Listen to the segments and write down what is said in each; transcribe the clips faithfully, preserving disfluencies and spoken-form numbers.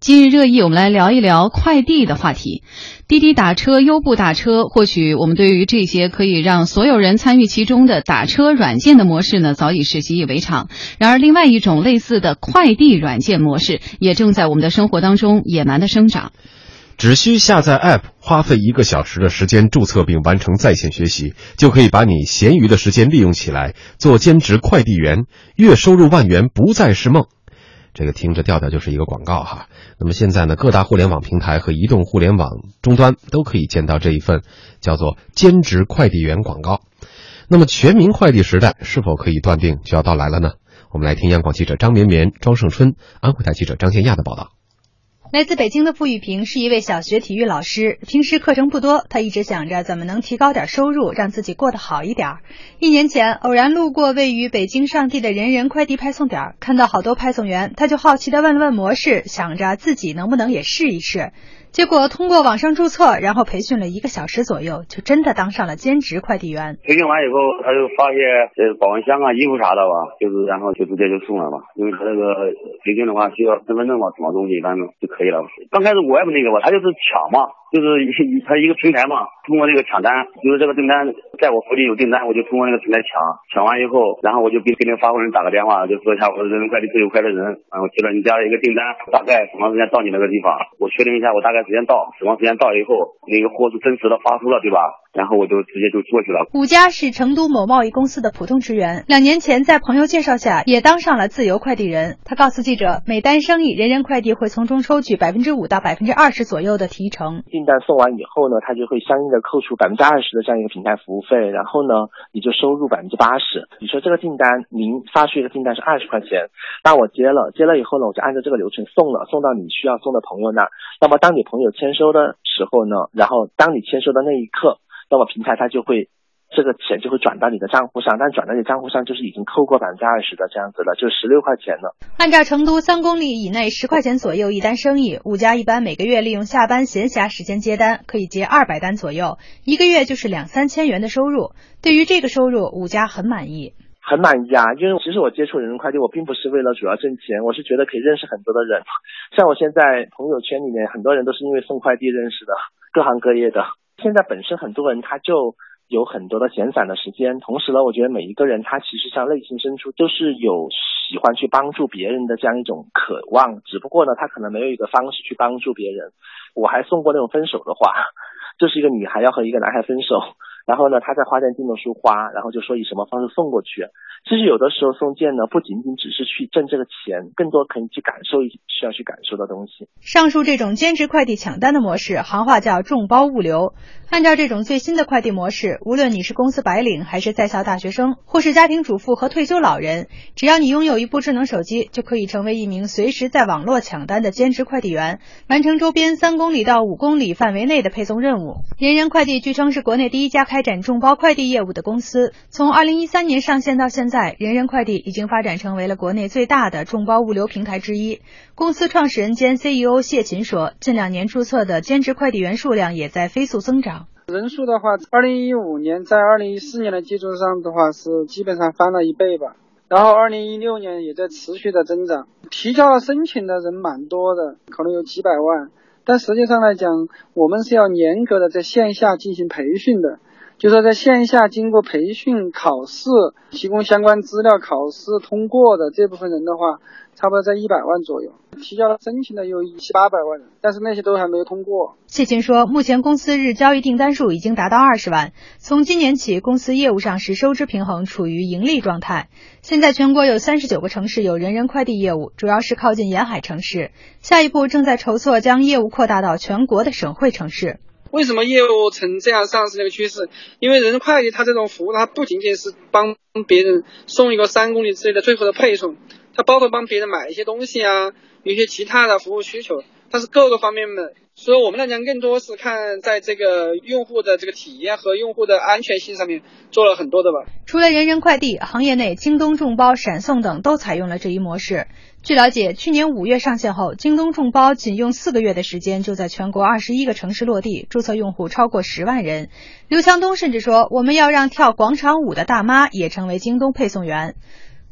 今日热议，我们来聊一聊快递的话题。滴滴打车、优步打车，或许我们对于这些可以让所有人参与其中的打车软件的模式呢，早已是习以为常。然而，另外一种类似的快递软件模式，也正在我们的生活当中野蛮的生长。 只需下载 App， 花费一个小时的时间注册并完成在线学习，就可以把你闲余的时间利用起来，做兼职快递员，月收入万元不再是梦。这个听着调调就是一个广告哈。那么现在呢，各大互联网平台和移动互联网终端都可以见到这一份叫做兼职快递员广告。那么全民快递时代是否可以断定就要到来了呢？我们来听央广记者张绵绵、庄胜春、安徽台记者张建亚的报道。 来自北京的付玉平是一位小学体育老师，平时课程不多，他一直想着怎么能提高点收入，让自己过得好一点。一年前偶然路过位于北京上地的人人快递派送点，看到好多派送员，他就好奇地问了问模式，想着自己能不能也试一试。结果通过网上注册，然后培训了一个小时左右，就真的当上了兼职快递员。 培训完以后，他就发些呃保温箱啊、衣服啥的吧，就是然后就直接就送了吧。因为他这个培训的话需要身份证嘛，什么东西反正就可以了。刚开始我也不那个吧，他就是抢嘛，就是他一个平台嘛，通过这个抢单，就是这个订单在我附近有订单，我就通过那个平台抢，抢完以后，然后我就给给那个发货人打个电话，就说一下我是人人快递自由快的人，然后接了你家的一个订单，大概什么时间到你那个地方，我确定一下我大概时间到，什么时间到以后，那个货是真实的发出了，对吧？然后我就直接就过去了。 武佳是成都某贸易公司的普通职员，两年前在朋友介绍下也当上了自由快递人。他告诉记者，每单生意人人快递会从中抽取百分之五到百分之二十左右的提成。 订单送完以后呢，他就会相应的扣除百分之二十的这样一个平台服务费，然后呢，你就收入百分之八十。比如说这个订单，您发出一个订单是二十块钱，那我接了，接了以后呢，我就按照这个流程送了，送到你需要送的朋友那。那么当你朋友签收的时候呢，然后当你签收的那一刻，那么平台它就会这个钱就会转到你的账户上，但转到你账户上就是已经扣过百分之二十的这样子了，就十六块钱了。 按照成都三公里以内十块钱左右一单生意，武佳一般每个月利用下班闲暇时间接单，可以接二百单左右，一个月就是两三千元的收入。对于这个收入，武佳很满意。 很满意啊，因为其实我接触人人快递，我并不是为了主要挣钱，我是觉得可以认识很多的人。像我现在朋友圈里面很多人都是因为送快递认识的，各行各业的。现在本身很多人他就有很多的闲散的时间，同时呢，我觉得每一个人他其实像内心深处都是有喜欢去帮助别人的这样一种渴望，只不过呢，他可能没有一个方式去帮助别人。我还送过那种分手的话，就是一个女孩要和一个男孩分手，然后呢，他在花店订了束花，然后就说以什么方式送过去。其实有的时候送件呢，不仅仅只是去挣这个钱，更多可以去感受需要去感受的东西。 上述这种兼职快递抢单的模式，行话叫众包物流。按照这种最新的快递模式，无论你是公司白领，还是在校大学生，或是家庭主妇和退休老人，只要你拥有一部智能手机，就可以成为一名随时在网络抢单的兼职快递员，完成周边三公里到五公里范围内的配送任务。人人快递据称是国内第一家开展众包快递业务的公司，从二零一三年上线到现在，人人快递已经发展成为了国内最大的众包物流平台之一。公司创始人兼 C E O 谢琴说，近两年注册的兼职快递员数量也在飞速增长。 人数的话，二零一五年在二零一四年的基础上的话是基本上翻了一倍吧，然后二零一六年也在持续的增长，提交了申请的人蛮多的，可能有几百万，但实际上来讲，我们是要严格的在线下进行培训的，就是说在线下经过培训、考试、提供相关资料、考试通过的这部分人的话，差不多在一百万左右，提交了申请的有七八百万人，但是那些都还没有通过。 谢琴说，目前公司日交易订单数已经达到二十万，从今年起，公司业务上是收支平衡，处于盈利状态。现在全国有三十九个城市有人人快递业务，主要是靠近沿海城市，下一步正在筹措将业务扩大到全国的省会城市。 为什么业务呈这样上升的一个趋势？因为人人快递它这种服务，它不仅仅是帮别人送一个三公里之类的最后的配送，它包括帮别人买一些东西啊，有一些其他的服务需求，它是各个方面的。所以我们来讲，更多是看在这个用户的这个体验和用户的安全性上面做了很多的吧。 除了人人快递，行业内京东众包、闪送等都采用了这一模式。据了解，去年五月上线后，京东众包仅用四个月的时间就在全国二十一个城市落地，注册用户超过十万人。刘强东甚至说，我们要让跳广场舞的大妈也成为京东配送员。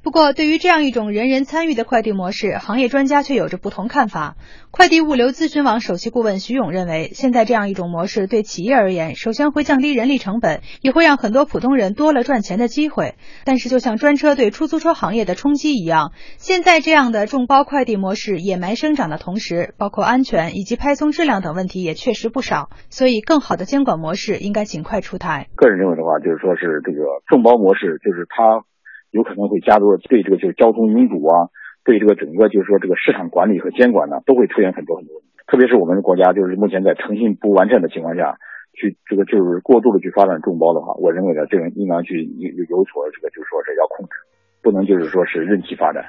不过，对于这样一种人人参与的快递模式，行业专家却有着不同看法。快递物流咨询网首席顾问徐勇认为，现在这样一种模式对企业而言，首先会降低人力成本，也会让很多普通人多了赚钱的机会。但是，就像专车对出租车行业的冲击一样，现在这样的众包快递模式野蛮生长的同时，包括安全以及派送质量等问题也确实不少。所以，更好的监管模式应该尽快出台。 个人认为的话，就是说是这个众包模式，就是它有可能会加多对这个就是交通拥堵啊，对这个整个就是说这个市场管理和监管呢，都会出现很多很多问题。特别是我们国家就是目前在诚信不完善的情况下，去这个就是过度的去发展众包的话，我认为呢，这个应当去有有所这个就是说是要控制，不能就是说是任其发展。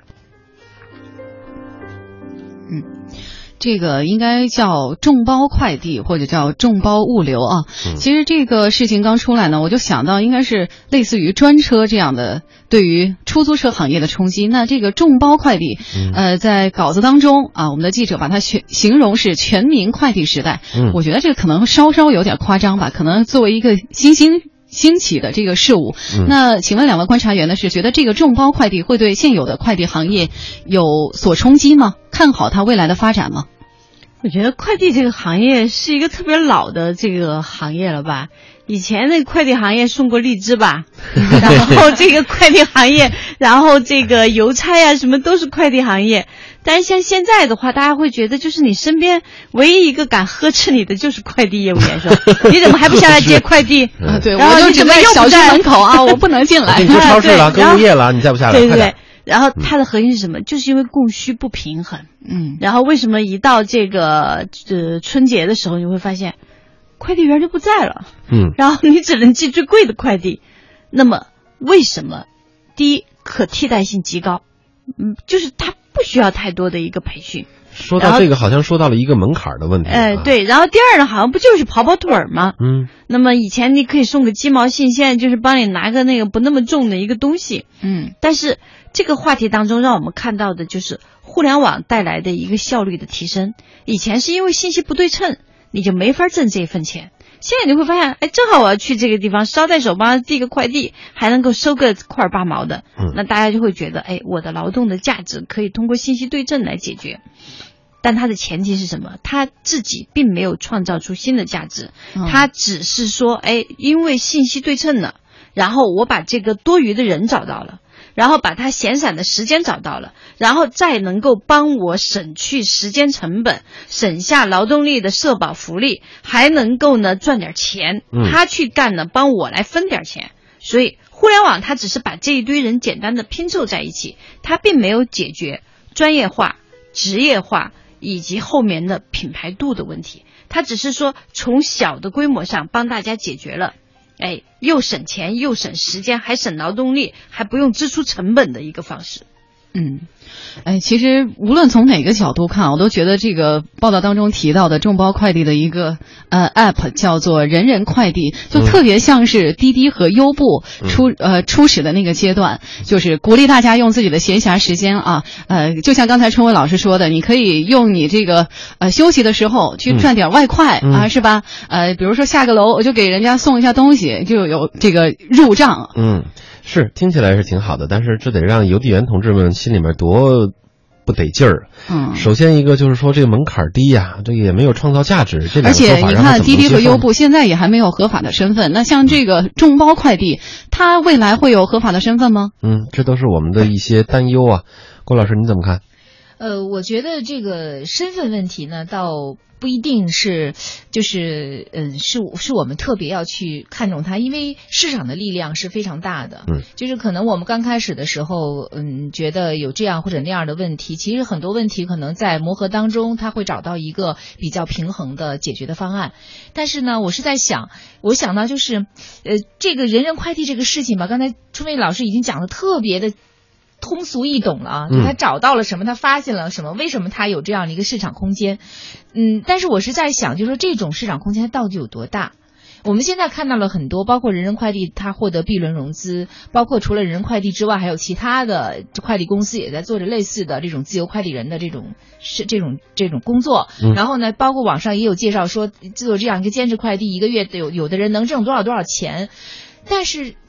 嗯。这个应该叫众包快递或者叫众包物流啊。 嗯、 其实这个事情刚出来呢，我就想到应该是类似于专车这样的对于出租车行业的冲击。那这个众包快递， 嗯、 呃，在稿子当中啊，我们的记者把它形容是全民快递时代。 嗯、 我觉得这可能稍稍有点夸张吧，可能作为一个新兴兴起的这个事物。 嗯、 那请问两位观察员呢，是觉得这个众包快递会对现有的快递行业有所冲击吗？看好它未来的发展吗？ 我觉得快递这个行业是一个特别老的这个行业了吧？以前那个快递行业送过荔枝吧，然后这个快递行业，然后这个邮差啊什么都是快递行业。但是像现在的话，大家会觉得就是你身边唯一一个敢呵斥你的就是快递业务员，说你怎么还不下来接快递？ 啊，对， 然后我就只在小区门口啊，我不能进来。 你去超市了，购物业了，你再不下来， 对对对。然后它的核心是什么？就是因为供需不平衡。 嗯， 然后为什么一到这个呃春节的时候，你会发现快递员就不在了。 嗯， 然后你只能寄最贵的快递。那么为什么？第一，可替代性极高，嗯，就是它不需要太多的一个培训。 说到这个，好像说到了一个门槛的问题。 哎、呃，对。然后第二呢，好像不就是跑跑腿儿吗？ 嗯。 那么以前你可以送个鸡毛信，现在就是帮你拿个那个不那么重的一个东西。 嗯。但是这个话题当中，让我们看到的就是互联网带来的一个效率的提升。以前是因为信息不对称，你就没法挣这一份钱。现在你会发现，哎，正好我要去这个地方，捎带手帮他递个快递，还能够收个块八毛的。 嗯。 那大家就会觉得，哎，我的劳动的价值可以通过信息对称来解决。但它的前提是什么？他自己并没有创造出新的价值，他只是说，哎，因为信息对称了，然后我把这个多余的人找到了，然后把他闲散的时间找到了，然后再能够帮我省去时间成本，省下劳动力的社保福利，还能够呢赚点钱。他去干呢，帮我来分点钱。所以互联网它只是把这一堆人简单的拼凑在一起，它并没有解决专业化、职业化以及后面的品牌度的问题，它只是说从小的规模上帮大家解决了，哎，又省钱又省时间还省劳动力还不用支出成本的一个方式。 嗯，哎，其实无论从哪个角度看，我都觉得这个报道当中提到的众包快递的一个呃 app 叫做人人快递，就特别像是滴滴和优步初、嗯、呃初始的那个阶段，就是鼓励大家用自己的闲暇时间啊，呃，就像刚才春伟老师说的，你可以用你这个呃休息的时候去赚点外快、嗯、啊，是吧？呃，比如说下个楼我就给人家送一下东西，就有这个入账。 嗯。是，听起来是挺好的，但是这得让邮递员同志们心里面多不得劲儿。 嗯， 首先一个就是说这个门槛低呀、啊，这个也没有创造价值。这两个说法而且你看，滴滴和优步现在也还没有合法的身份。那像这个众包快递，它未来会有合法的身份吗？ 嗯，这都是我们的一些担忧啊。郭老师，你怎么看？ 呃，我觉得这个身份问题呢，倒不一定是，就是嗯、呃，是是我们特别要去看重它，因为市场的力量是非常大的。 嗯， 就是可能我们刚开始的时候，嗯，觉得有这样或者那样的问题，其实很多问题可能在磨合当中，它会找到一个比较平衡的解决的方案。但是呢，我是在想，我想到就是，呃，这个人人快递这个事情吧，刚才春梅老师已经讲的特别的通俗易懂了啊，他找到了什么，他发现了什么，为什么他有这样的一个市场空间？嗯，但是我是在想，就是说这种市场空间它到底有多大？我们现在看到了很多，包括人人快递，它获得 B 轮融资，包括除了人人快递之外，还有其他的快递公司也在做着类似的这种自由快递人的这种是这种这种工作。 嗯、 然后呢，包括网上也有介绍说，做这样一个兼职快递，一个月有有的人能挣多少多少钱。但是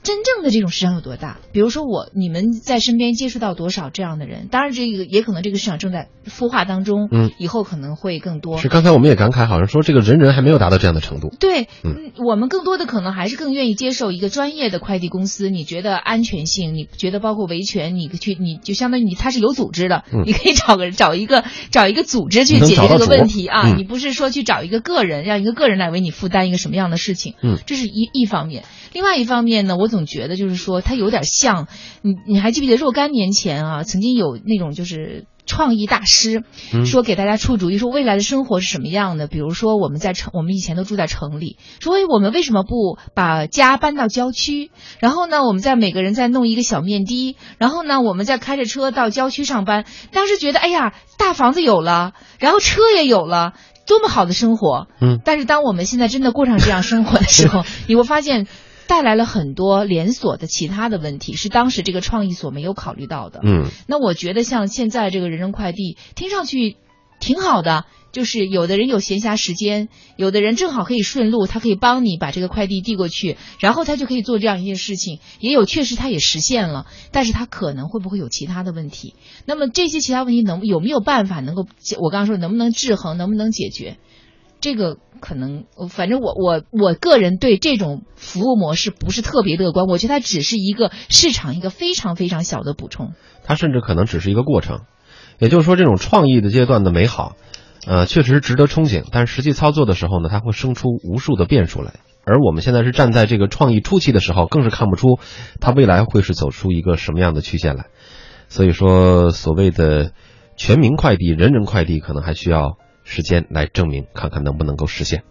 真正的这种市场有多大？比如说我，你们在身边接触到多少这样的人？当然，这个也可能这个市场正在孵化当中， 嗯， 以后可能会更多。 是，刚才我们也感慨，好像说这个人人还没有达到这样的程度。 对， 嗯， 我们更多的可能还是更愿意接受一个专业的快递公司。你觉得安全性，你觉得包括维权，你去，你就相当于你它是有组织的， 嗯， 你可以找个找一个找一个组织去解决这个问题啊， 嗯， 你不是说去找一个个人，让一个个人来为你负担一个什么样的事情， 嗯， 这是一一方面。另外一方面呢，我总觉得就是说，它有点像你，你还记不记得若干年前啊，曾经有那种就是创意大师说给大家出主意，说未来的生活是什么样的？比如说我们在城，我们以前都住在城里，说我们为什么不把家搬到郊区？然后呢，我们再每个人再弄一个小面的，然后呢，我们再开着车到郊区上班。当时觉得，哎呀，大房子有了，然后车也有了。多么好的生活， 嗯， 但是当我们现在真的过上这样生活的时候，你会发现带来了很多连锁的其他的问题，是当时这个创意所没有考虑到的。 嗯， 那我觉得像现在这个人人快递，听上去挺好的，就是有的人有闲暇时间，有的人正好可以顺路，他可以帮你把这个快递递过去，然后他就可以做这样一件事情。也有确实他也实现了，但是他可能会不会有其他的问题？那么这些其他问题能有没有办法能够，我刚刚说能不能制衡，能不能解决？这个可能，反正我我我个人对这种服务模式不是特别乐观，我觉得它只是一个市场一个非常非常小的补充， 它甚至可能只是一个过程。也就是说，这种创意的阶段的美好，呃，确实值得憧憬，但是实际操作的时候呢，它会生出无数的变数来。而我们现在是站在这个创意初期的时候，更是看不出它未来会是走出一个什么样的曲线来。所以说，所谓的全民快递、人人快递，可能还需要时间来证明，看看能不能够实现。